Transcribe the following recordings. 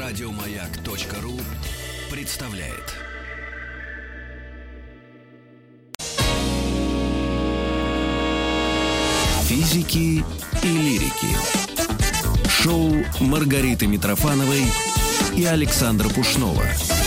Радиомаяк.ру представляет. Физики и лирики. Шоу Маргариты Митрофановой и Александра Пушнова.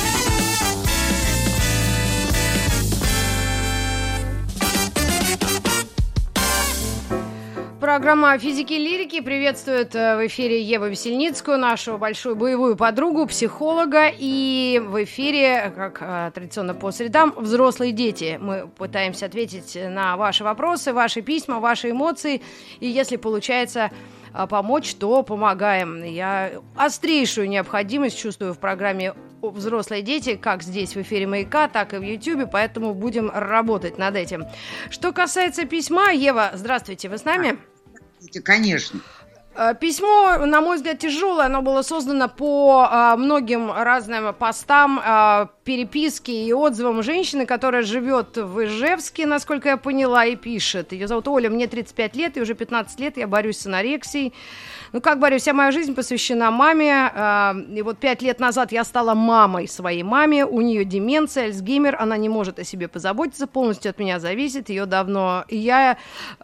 Программа «Физики и лирики» приветствует в эфире Еву Весельницкую, нашу большую боевую подругу, психолога. И в эфире, как традиционно по средам, «Взрослые дети». Мы пытаемся ответить на ваши вопросы, ваши письма, ваши эмоции. И если получается помочь, то помогаем. Я острейшую необходимость чувствую в программе «Взрослые дети», как здесь в эфире «Маяка», так и в Ютьюбе, поэтому будем работать над этим. Что касается письма, Ева, здравствуйте, вы с нами? Конечно. Письмо, на мой взгляд, тяжелое. Оно было создано по многим разным постам, переписке и отзывам женщины, которая живет в Ижевске, насколько я поняла, и пишет. Ее зовут Оля, мне 35 лет, и уже 15 лет я борюсь с анорексией. Ну, как борюсь, вся моя жизнь посвящена маме. И вот 5 лет назад я стала мамой своей маме. У нее деменция, Альцгеймер, она не может о себе позаботиться, полностью от меня зависит. Ее давно... И я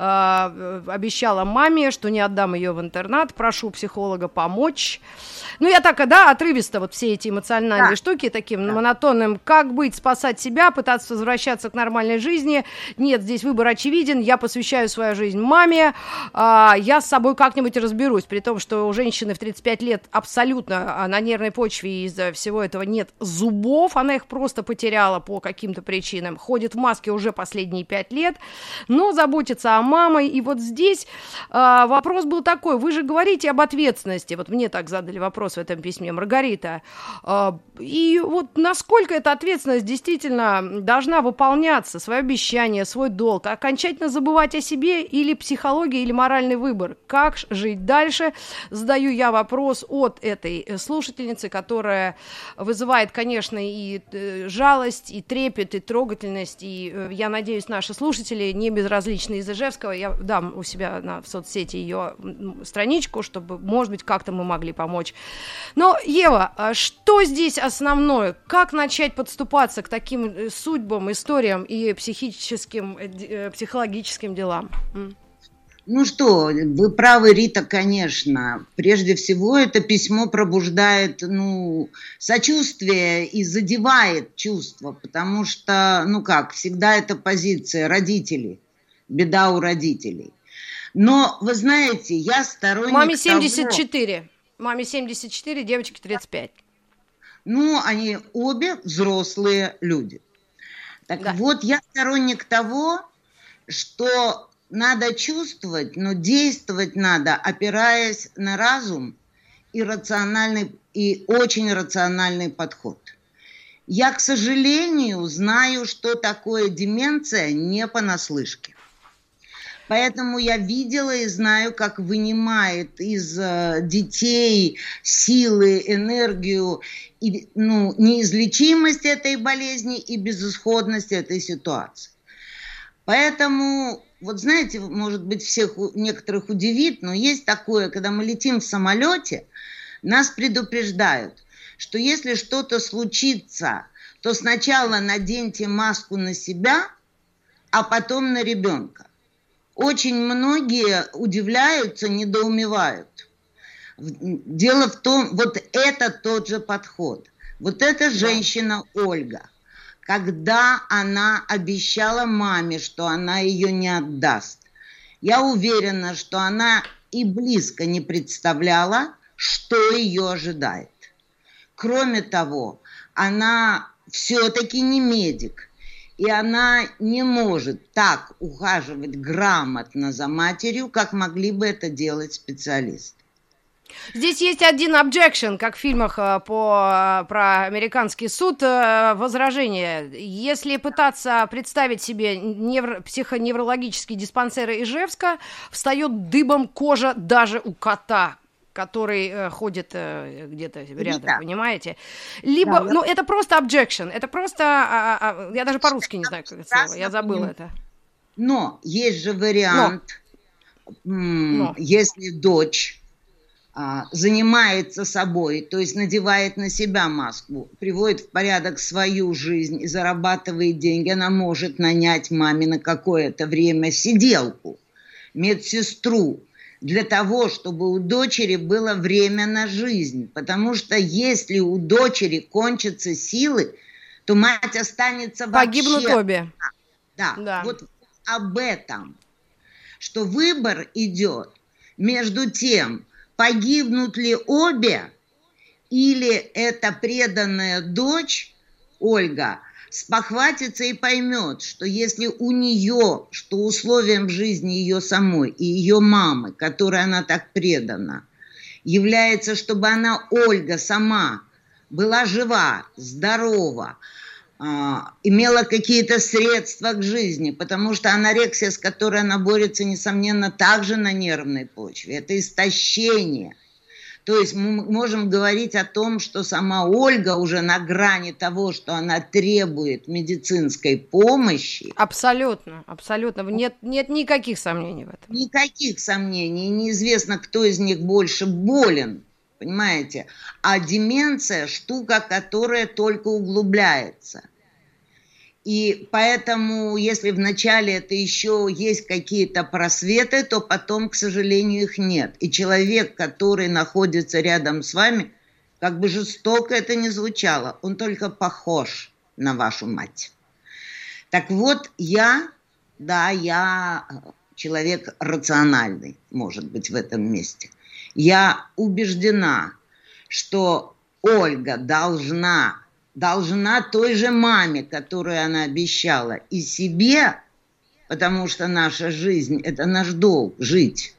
обещала маме, что не отдам ее в интернат, прошу психолога помочь. Ну, я так, отрывисто вот все эти эмоциональные штуки таким монотонным. Как быть, спасать себя, пытаться возвращаться к нормальной жизни. Нет, здесь выбор очевиден. Я посвящаю свою жизнь маме. Я с собой как-нибудь разберусь. При том, что у женщины в 35 лет абсолютно на нервной почве из-за всего этого нет зубов. Она их просто потеряла по каким-то причинам. Ходит в маске уже последние 5 лет. Но заботится о маме. И вот здесь вопрос был такой. Вы же говорите об ответственности. Вот мне так задали вопрос в этом письме, Маргарита. И вот насколько эта ответственность действительно должна выполняться, свое обещание, свой долг, окончательно забывать о себе или психология, или моральный выбор? Как жить дальше? Задаю я вопрос от этой слушательницы, которая вызывает, конечно, и жалость, и трепет, и трогательность, и я надеюсь, наши слушатели не безразличны из Ижевского. Я дам у себя в соцсети ее страничку, чтобы, может быть, как-то мы могли помочь. Но, Ева, что здесь основное? Как начать подступаться к таким судьбам, историям и психологическим делам? Ну что, вы правы, Рита, конечно. Прежде всего, это письмо пробуждает, сочувствие и задевает чувства, потому что, всегда это позиция родителей, беда у родителей. Но, вы знаете, я сторонник Маме 74. Маме 74, девочке 35. Они обе взрослые люди. Так вот, я сторонник того, что надо чувствовать, но действовать надо, опираясь на разум и рациональный, и очень рациональный подход. Я, к сожалению, знаю, что такое деменция не понаслышке. Поэтому я видела и знаю, как вынимает из детей силы, энергию, и, неизлечимость этой болезни и безысходность этой ситуации. Поэтому, вот знаете, может быть, некоторых удивит, но есть такое, когда мы летим в самолете, нас предупреждают, что если что-то случится, то сначала наденьте маску на себя, а потом на ребенка. Очень многие удивляются, недоумевают. Дело в том, вот это тот же подход. Вот эта женщина Ольга, когда она обещала маме, что она ее не отдаст, я уверена, что она и близко не представляла, что ее ожидает. Кроме того, она все-таки не медик. И она не может так ухаживать грамотно за матерью, как могли бы это делать специалисты. Здесь есть один objection, как в фильмах про американский суд, возражение. Если пытаться представить себе психоневрологический диспансер Ижевска, встает дыбом кожа даже у кота, который ходит где-то рядом, понимаете? Либо, это просто objection, это просто, я даже по-русски не знаю, как это слово, я забыла это. Но есть же вариант, если дочь занимается собой, то есть надевает на себя маску, приводит в порядок свою жизнь и зарабатывает деньги, она может нанять маме на какое-то время сиделку, медсестру, для того, чтобы у дочери было время на жизнь. Потому что если у дочери кончатся силы, то мать останется вообще... Погибнут обе. Да, вот об этом. Что выбор идет между тем, погибнут ли обе, или эта преданная дочь, Ольга, спохватится и поймет, что если у нее, что условием жизни ее самой и ее мамы, которой она так предана, является, чтобы она, Ольга, сама была жива, здорова, имела какие-то средства к жизни, потому что анорексия, с которой она борется, несомненно, также на нервной почве. Это истощение. То есть мы можем говорить о том, что сама Ольга уже на грани того, что она требует медицинской помощи. Абсолютно, абсолютно. Нет никаких сомнений в этом. Никаких сомнений. Неизвестно, кто из них больше болен, понимаете? А деменция – штука, которая только углубляется. И поэтому, если вначале это еще есть какие-то просветы, то потом, к сожалению, их нет. И человек, который находится рядом с вами, как бы жестоко это ни звучало, он только похож на вашу мать. Так вот, я человек рациональный, может быть, в этом месте. Я убеждена, что Ольга должна той же маме, которую она обещала, и себе, потому что наша жизнь – это наш долг – жить,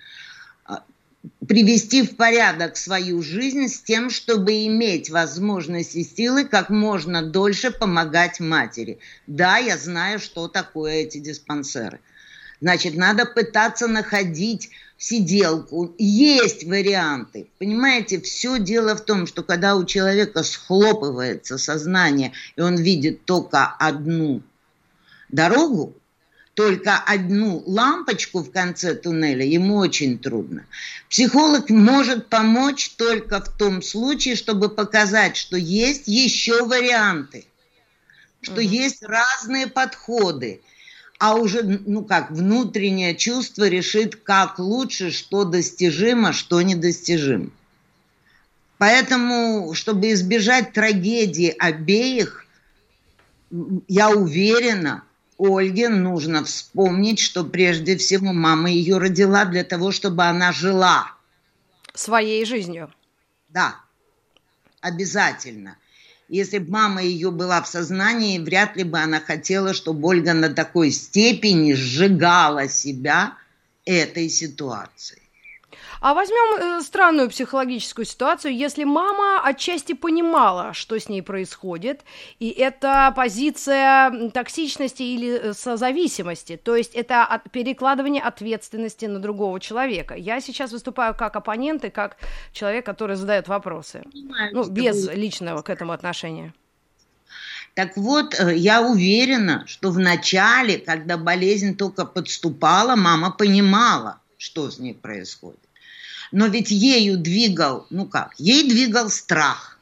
привести в порядок свою жизнь с тем, чтобы иметь возможность и силы как можно дольше помогать матери. Да, я знаю, что такое эти диспансеры. Значит, надо пытаться находить сиделку. Есть варианты. Понимаете, все дело в том, что когда у человека схлопывается сознание, и он видит только одну дорогу, только одну лампочку в конце туннеля, ему очень трудно. Психолог может помочь только в том случае, чтобы показать, что есть еще варианты, что есть разные подходы. А уже, внутреннее чувство решит, как лучше, что достижимо, что недостижимо. Поэтому, чтобы избежать трагедии обеих, я уверена, Ольге нужно вспомнить, что прежде всего мама ее родила для того, чтобы она жила. Своей жизнью. Да, обязательно. Если бы мама ее была в сознании, вряд ли бы она хотела, чтобы Ольга на такой степени сжигала себя этой ситуацией. А возьмем странную психологическую ситуацию, если мама отчасти понимала, что с ней происходит, и это позиция токсичности или созависимости, то есть это перекладывание ответственности на другого человека. Я сейчас выступаю как оппонент и как человек, который задает вопросы, без личного к этому отношения. Так вот, я уверена, что в начале, когда болезнь только подступала, мама понимала, что с ней происходит. Но ведь ею двигал, ей двигал страх.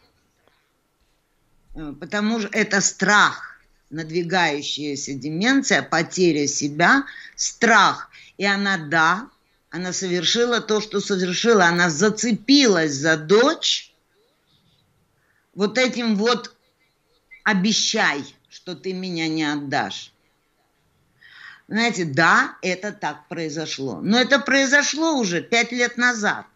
Потому что это страх, надвигающаяся деменция, потеря себя, страх. И она совершила то, что совершила. Она зацепилась за дочь вот этим вот «обещай, что ты меня не отдашь». Знаете, да, это так произошло. Но это произошло уже 5 лет назад.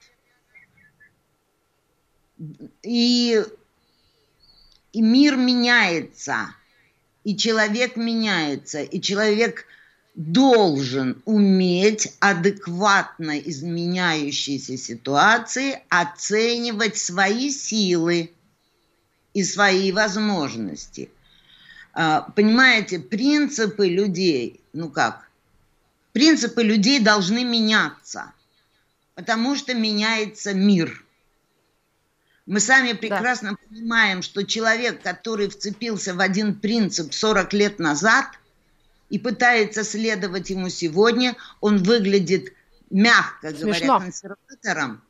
И мир меняется, и человек меняется, и человек должен уметь адекватно изменяющейся ситуации оценивать свои силы и свои возможности. Понимаете, принципы людей, принципы людей должны меняться, потому что меняется мир. Мы сами прекрасно понимаем, что человек, который вцепился в один принцип 40 лет назад и пытается следовать ему сегодня, он выглядит, мягко говоря, консерватором,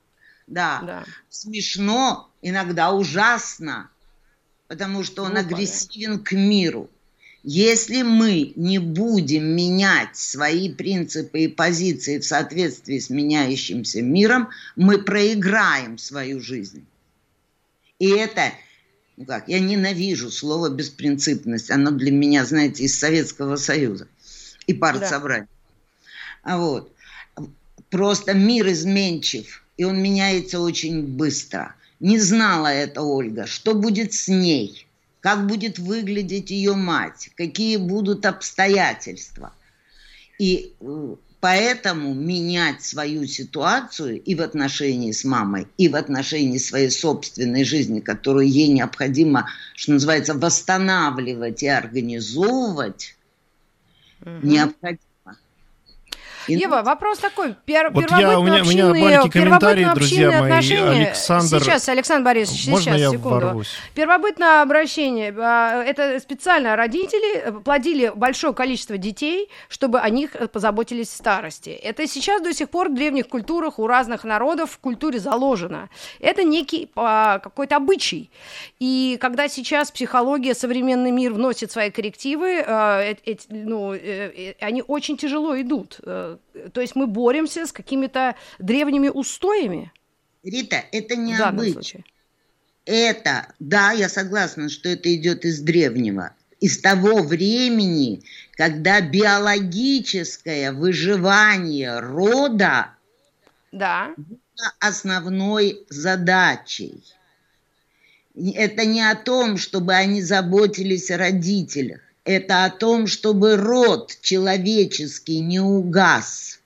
да. Смешно, иногда ужасно, потому что он агрессивен к миру. Если мы не будем менять свои принципы и позиции в соответствии с меняющимся миром, мы проиграем свою жизнь. И это, я ненавижу слово «беспринципность». Оно для меня, знаете, из Советского Союза и партсобрания. Вот. Просто мир изменчив, и он меняется очень быстро. Не знала это Ольга, что будет с ней. Как будет выглядеть ее мать, какие будут обстоятельства. И поэтому менять свою ситуацию и в отношении с мамой, и в отношении своей собственной жизни, которую ей необходимо, что называется, восстанавливать и организовывать, необходимо. Ева, вопрос такой. У меня маленький комментарий, друзья мои. Александр... Сейчас, Александр Борисович, можно сейчас, я секунду. ворвусь? Первобытное обращение. Это специально родители плодили большое количество детей, чтобы о них позаботились в старости. Это сейчас до сих пор в древних культурах у разных народов в культуре заложено. Это некий какой-то обычай. И когда сейчас психология, современный мир вносит свои коррективы, они очень тяжело идут. То есть мы боремся с какими-то древними устоями. Рита, это не обычай. Это, я согласна, что это идет из древнего. Из того времени, когда биологическое выживание рода было основной задачей. Это не о том, чтобы они заботились о родителях. Это о том, чтобы род человеческий не угас.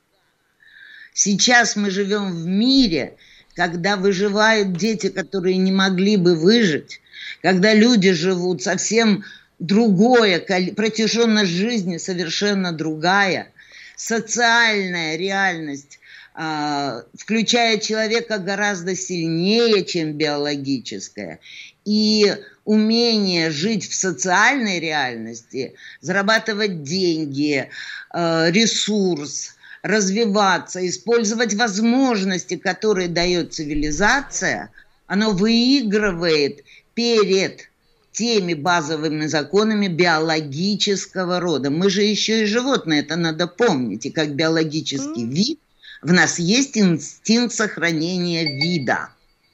Сейчас мы живем в мире, когда выживают дети, которые не могли бы выжить, когда люди живут совсем другое, протяженность жизни совершенно другая, социальная реальность включает человека гораздо сильнее, чем биологическая. И умение жить в социальной реальности, зарабатывать деньги, ресурс, развиваться, использовать возможности, которые дает цивилизация, оно выигрывает перед теми базовыми законами биологического рода. Мы же еще и животные, это надо помнить. И как биологический вид в нас есть инстинкт сохранения вида.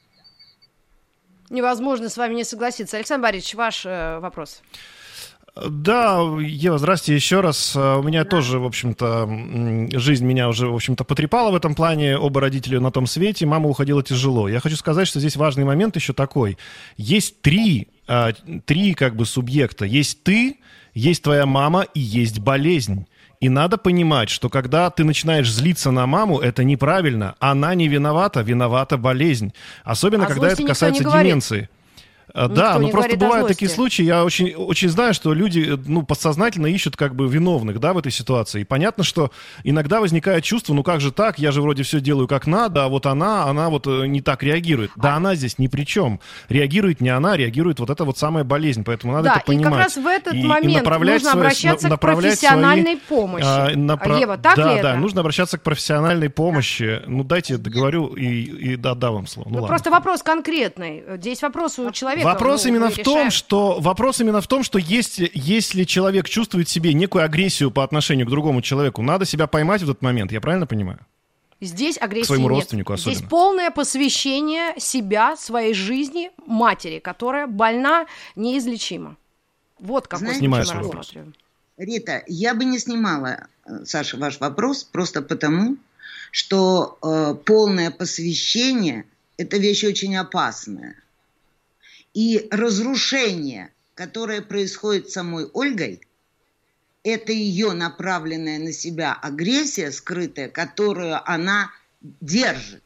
Невозможно с вами не согласиться. Александр Борисович, ваш вопрос. Да, Ева, здрасте еще раз. У меня тоже, в общем-то, жизнь меня уже, в общем-то, потрепала в этом плане. Оба родителя на том свете, мама уходила тяжело. Я хочу сказать, что здесь важный момент еще такой. Есть три как бы субъекта. Есть ты, есть твоя мама и есть болезнь. И надо понимать, что когда ты начинаешь злиться на маму, это неправильно. Она не виновата, виновата болезнь. Особенно, когда это касается деменции. Да, но просто бывают такие случаи, я очень, очень знаю, что люди, подсознательно ищут как бы виновных, да, в этой ситуации. И понятно, что иногда возникает чувство, как же так, я же вроде все делаю как надо, а вот она вот не так реагирует. Да, она здесь ни при чем. Реагирует не она, реагирует вот эта вот самая болезнь, поэтому надо это понимать. Да, и как раз в этот момент нужно обращаться к профессиональной помощи. Ева, так ли это? Да, нужно обращаться к профессиональной помощи. Дайте договорю и отдам вам слово. Просто вопрос конкретный. Здесь вопрос у человека. Вопрос именно в том, что если человек чувствует в себе некую агрессию по отношению к другому человеку, надо себя поймать в этот момент, я правильно понимаю? Здесь агрессии к своему нет. Родственнику особенно. Здесь полное посвящение себя, своей жизни матери, которая больна неизлечимо. Вот какой снимаешь вопрос. Рита, я бы не снимала, Саша, ваш вопрос, просто потому, что полное посвящение – это вещь очень опасная. И разрушение, которое происходит с самой Ольгой, это ее направленная на себя агрессия скрытая, которую она держит.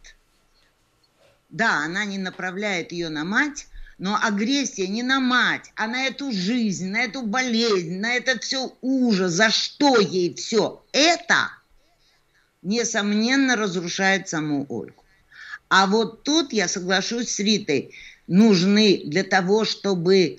Да, она не направляет ее на мать, но агрессия не на мать, а на эту жизнь, на эту болезнь, на этот все ужас, за что ей все это, несомненно, разрушает саму Ольгу. А вот тут я соглашусь с Ритой, нужны для того, чтобы,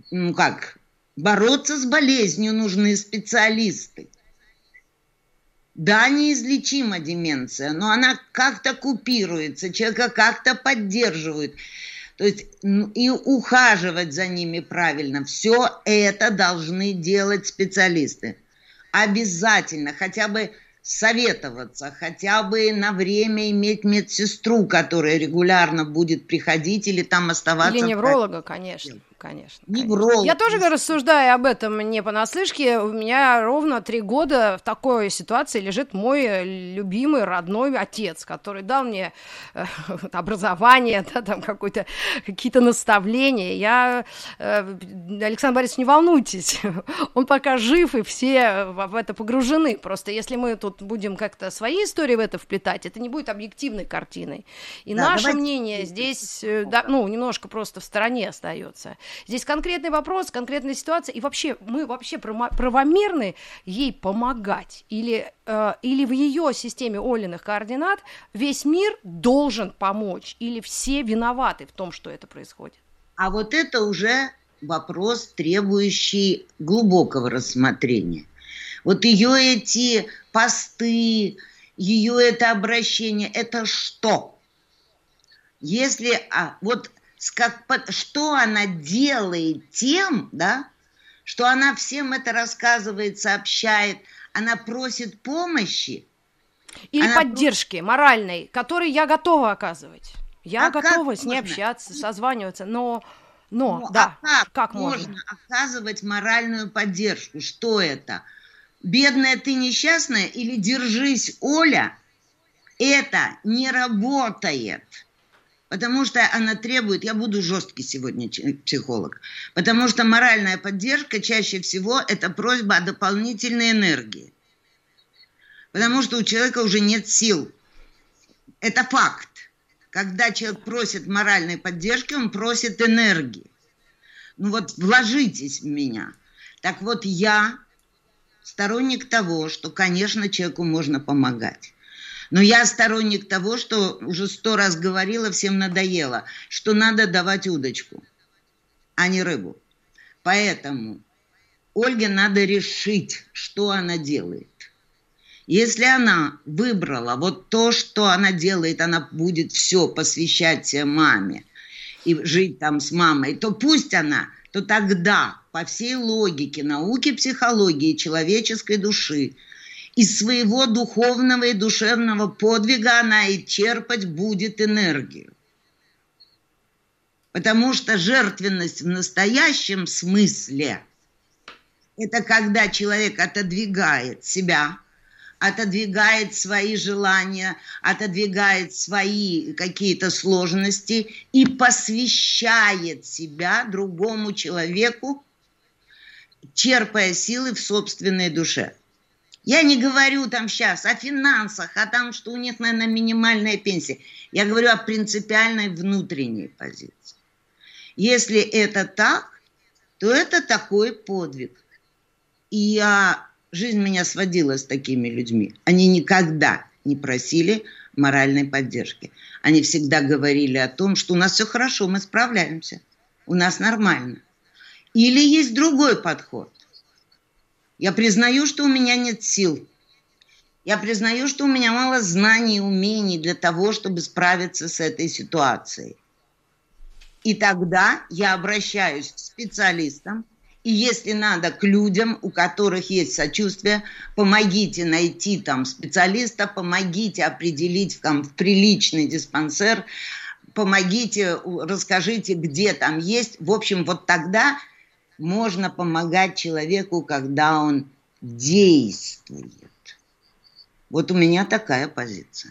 бороться с болезнью, нужны специалисты. Да, неизлечима деменция, но она как-то купируется, человека как-то поддерживают. То есть и ухаживать за ними правильно. Все это должны делать специалисты. Обязательно, хотя бы советоваться, хотя бы на время иметь медсестру, которая регулярно будет приходить или там оставаться. Или невролога, конечно. Конечно. Невролог. Я тоже рассуждаю об этом не понаслышке. У меня ровно 3 года в такой ситуации лежит мой любимый родной отец, который дал мне образование, да, там какие-то наставления. Александр Борисович, не волнуйтесь, он пока жив, и все в это погружены. Просто если мы тут будем как-то свои истории в это вплетать, это не будет объективной картиной. И да, наше мнение здесь, да, немножко просто в стороне остается. Здесь конкретный вопрос, конкретная ситуация, и вообще мы вообще правомерны ей помогать? Или в ее системе Олиных координат весь мир должен помочь? Или все виноваты в том, что это происходит? А вот это уже вопрос, требующий глубокого рассмотрения. Вот ее эти посты, ее это обращение, это что? Если... что она делает тем, да, что она всем это рассказывает, сообщает, она просит помощи. Или поддержки моральной, которой я готова оказывать. Я готова с ней общаться, созваниваться, но да, как можно оказывать моральную поддержку? Что это? Бедная ты несчастная или держись, Оля? Это не работает. Потому что она требует, я буду жесткий сегодня психолог, потому что моральная поддержка чаще всего это просьба о дополнительной энергии. Потому что у человека уже нет сил. Это факт. Когда человек просит моральной поддержки, он просит энергии. Вложитесь в меня. Так вот, я сторонник того, что, конечно, человеку можно помогать. Но я сторонник того, что уже 100 раз говорила, всем надоело, что надо давать удочку, а не рыбу. Поэтому Ольге надо решить, что она делает. Если она выбрала вот то, что она делает, она будет все посвящать маме и жить там с мамой, то пусть она, то тогда по всей логике науки психологии человеческой души из своего духовного и душевного подвига она и черпать будет энергию. Потому что жертвенность в настоящем смысле – это когда человек отодвигает себя, отодвигает свои желания, отодвигает свои какие-то сложности и посвящает себя другому человеку, черпая силы в собственной душе. Я не говорю там сейчас о финансах, о том, что у них, наверное, минимальная пенсия. Я говорю о принципиальной внутренней позиции. Если это так, то это такой подвиг. И жизнь меня сводила с такими людьми. Они никогда не просили моральной поддержки. Они всегда говорили о том, что у нас все хорошо, мы справляемся, у нас нормально. Или есть другой подход. Я признаю, что у меня нет сил. Я признаю, что у меня мало знаний и умений для того, чтобы справиться с этой ситуацией. И тогда я обращаюсь к специалистам. И если надо, к людям, у которых есть сочувствие, помогите найти там специалиста, помогите определить в приличный диспансер, помогите, расскажите, где там есть. В общем, вот тогда можно помогать человеку, когда он действует. Вот у меня такая позиция.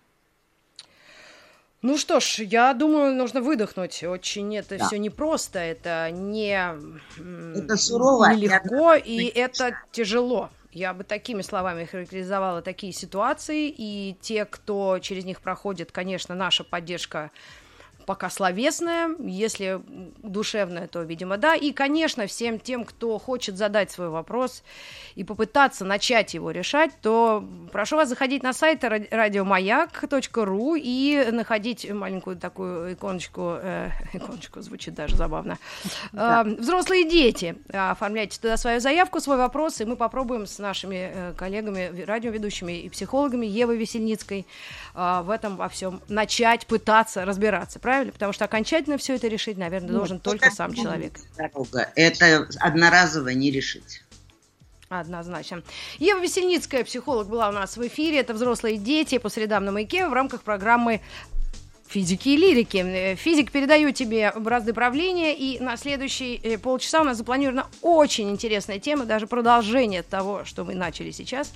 Ну что ж, я думаю, нужно выдохнуть. Очень это все непросто, это это сурово, нелегко, и это тяжело. Я бы такими словами характеризовала такие ситуации, и те, кто через них проходит, конечно, наша поддержка пока словесное, если душевное, то, видимо, да. И, конечно, всем тем, кто хочет задать свой вопрос и попытаться начать его решать, то прошу вас заходить на сайт радиомаяк.ру и находить маленькую такую иконочку, иконочку звучит даже забавно, «Взрослые дети». Оформляйте туда свою заявку, свой вопрос, и мы попробуем с нашими коллегами, радиоведущими и психологами Евой Весельницкой в этом во всем начать пытаться разбираться, правильно? Потому что окончательно все это решить, наверное, должен только сам человек. Дорога. Это одноразово не решить. Однозначно. Ева Весельницкая, психолог, была у нас в эфире. Это «Взрослые дети» по средам на Маяке в рамках программы «Физики и лирики». Физик, передаю тебе бразды правления, и на следующие полчаса у нас запланирована очень интересная тема, даже продолжение того, что мы начали сейчас.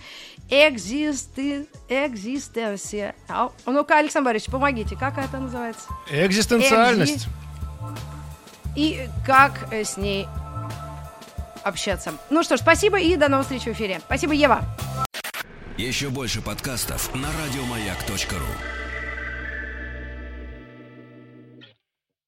Экзистенция. Ну-ка, Александр Борисович, помогите, как это называется? Экзистенциальность. И как с ней общаться. Ну что ж, спасибо и до новых встреч в эфире. Спасибо, Ева. Еще больше подкастов на радиомаяк.ру.